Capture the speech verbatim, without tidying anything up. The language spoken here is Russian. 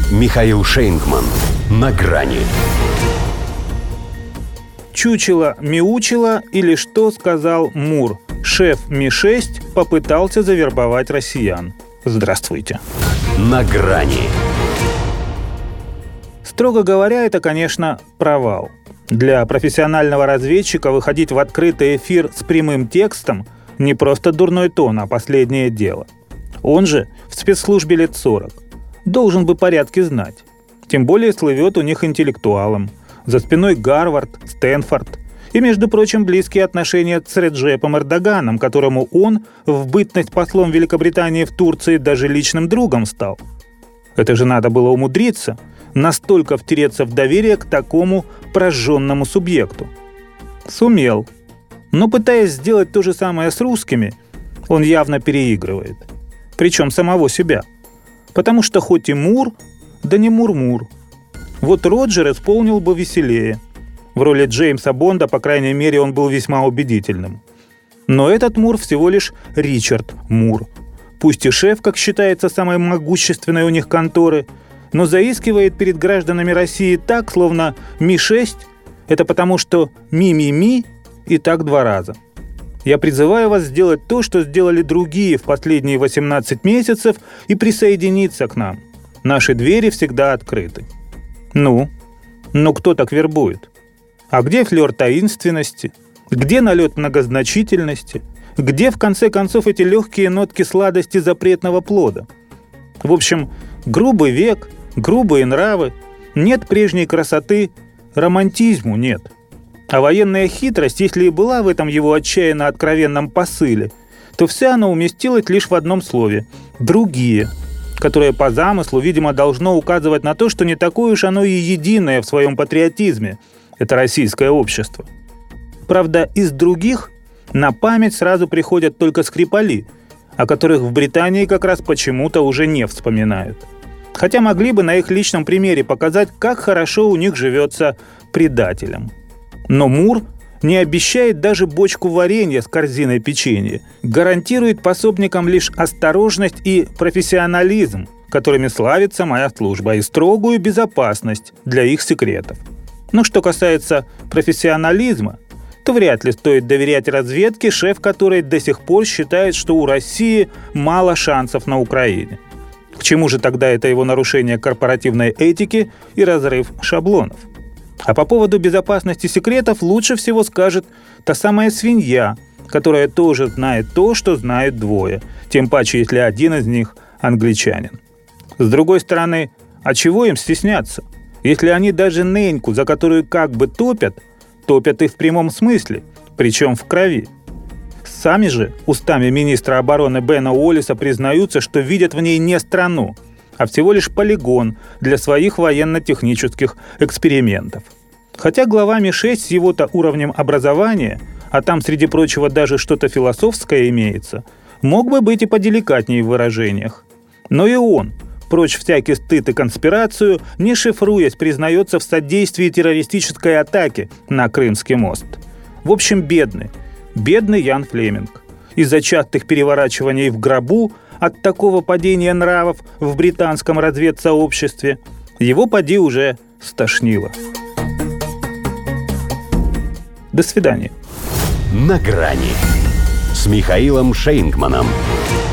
Михаил Шейнгман. На грани. Чучело-мяучело или что сказал Мур? Шеф Ми шесть попытался завербовать россиян. Здравствуйте. На грани. Строго говоря, это, конечно, провал. Для профессионального разведчика выходить в открытый эфир с прямым текстом не просто дурной тон, а последнее дело. Он же в спецслужбе лет сорок. Должен бы порядки знать. Тем более слывет у них интеллектуалом. За спиной Гарвард, Стэнфорд. И, между прочим, близкие отношения с Реджепом Эрдоганом, которому он в бытность послом Великобритании в Турции даже личным другом стал. Это же надо было умудриться настолько втереться в доверие к такому прожженному субъекту. Сумел. Но пытаясь сделать то же самое с русскими, он явно переигрывает. Причем самого себя. Потому что хоть и Мур, да не Мур-Мур. Вот Роджер исполнил бы веселее. В роли Джеймса Бонда, по крайней мере, он был весьма убедительным. Но этот Мур всего лишь Ричард Мур. Пусть и шеф, как считается, самой могущественной у них конторы, но заискивает перед гражданами России так, словно Ми шесть – это потому, что ми-ми-ми и так два раза. Я призываю вас сделать то, что сделали другие в последние восемнадцать месяцев, и присоединиться к нам. Наши двери всегда открыты. Ну? Ну кто так вербует? А где флёр таинственности? Где налет многозначительности? Где, в конце концов, эти легкие нотки сладости запретного плода? В общем, грубый век, грубые нравы, нет прежней красоты, романтизму нет. А военная хитрость, если и была в этом его отчаянно откровенном посыле, то вся она уместилась лишь в одном слове – «другие», которое по замыслу, видимо, должно указывать на то, что не такое уж оно и единое в своем патриотизме – это российское общество. Правда, из других на память сразу приходят только Скрипали, о которых в Британии как раз почему-то уже не вспоминают. Хотя могли бы на их личном примере показать, как хорошо у них живется предателям. Но Мур не обещает даже бочку варенья с корзиной печенья, гарантирует пособникам лишь осторожность и профессионализм, которыми славится моя служба, и строгую безопасность для их секретов. Но что касается профессионализма, то вряд ли стоит доверять разведке, шеф которой до сих пор считает, что у России мало шансов на Украине. К чему же тогда это его нарушение корпоративной этики и разрыв шаблонов? А по поводу безопасности секретов лучше всего скажет та самая свинья, которая тоже знает то, что знают двое, тем паче, если один из них англичанин. С другой стороны, а чего им стесняться, если они даже неньку, за которую как бы топят, топят и в прямом смысле, причем в крови. Сами же устами министра обороны Бена Уоллиса признаются, что видят в ней не страну, а всего лишь полигон для своих военно-технических экспериментов. Хотя глава Ми шесть с его-то уровнем образования, а там, среди прочего, даже что-то философское имеется, мог бы быть и поделикатнее в выражениях. Но и он, прочь всякий стыд и конспирацию, не шифруясь, признается в содействии террористической атаке на Крымский мост. В общем, бедный, бедный Ян Флеминг. Из-за частых переворачиваний в гробу от такого падения нравов в британском разведсообществе его поди уже стошнило. До свидания. На грани с Михаилом Шейнгманом.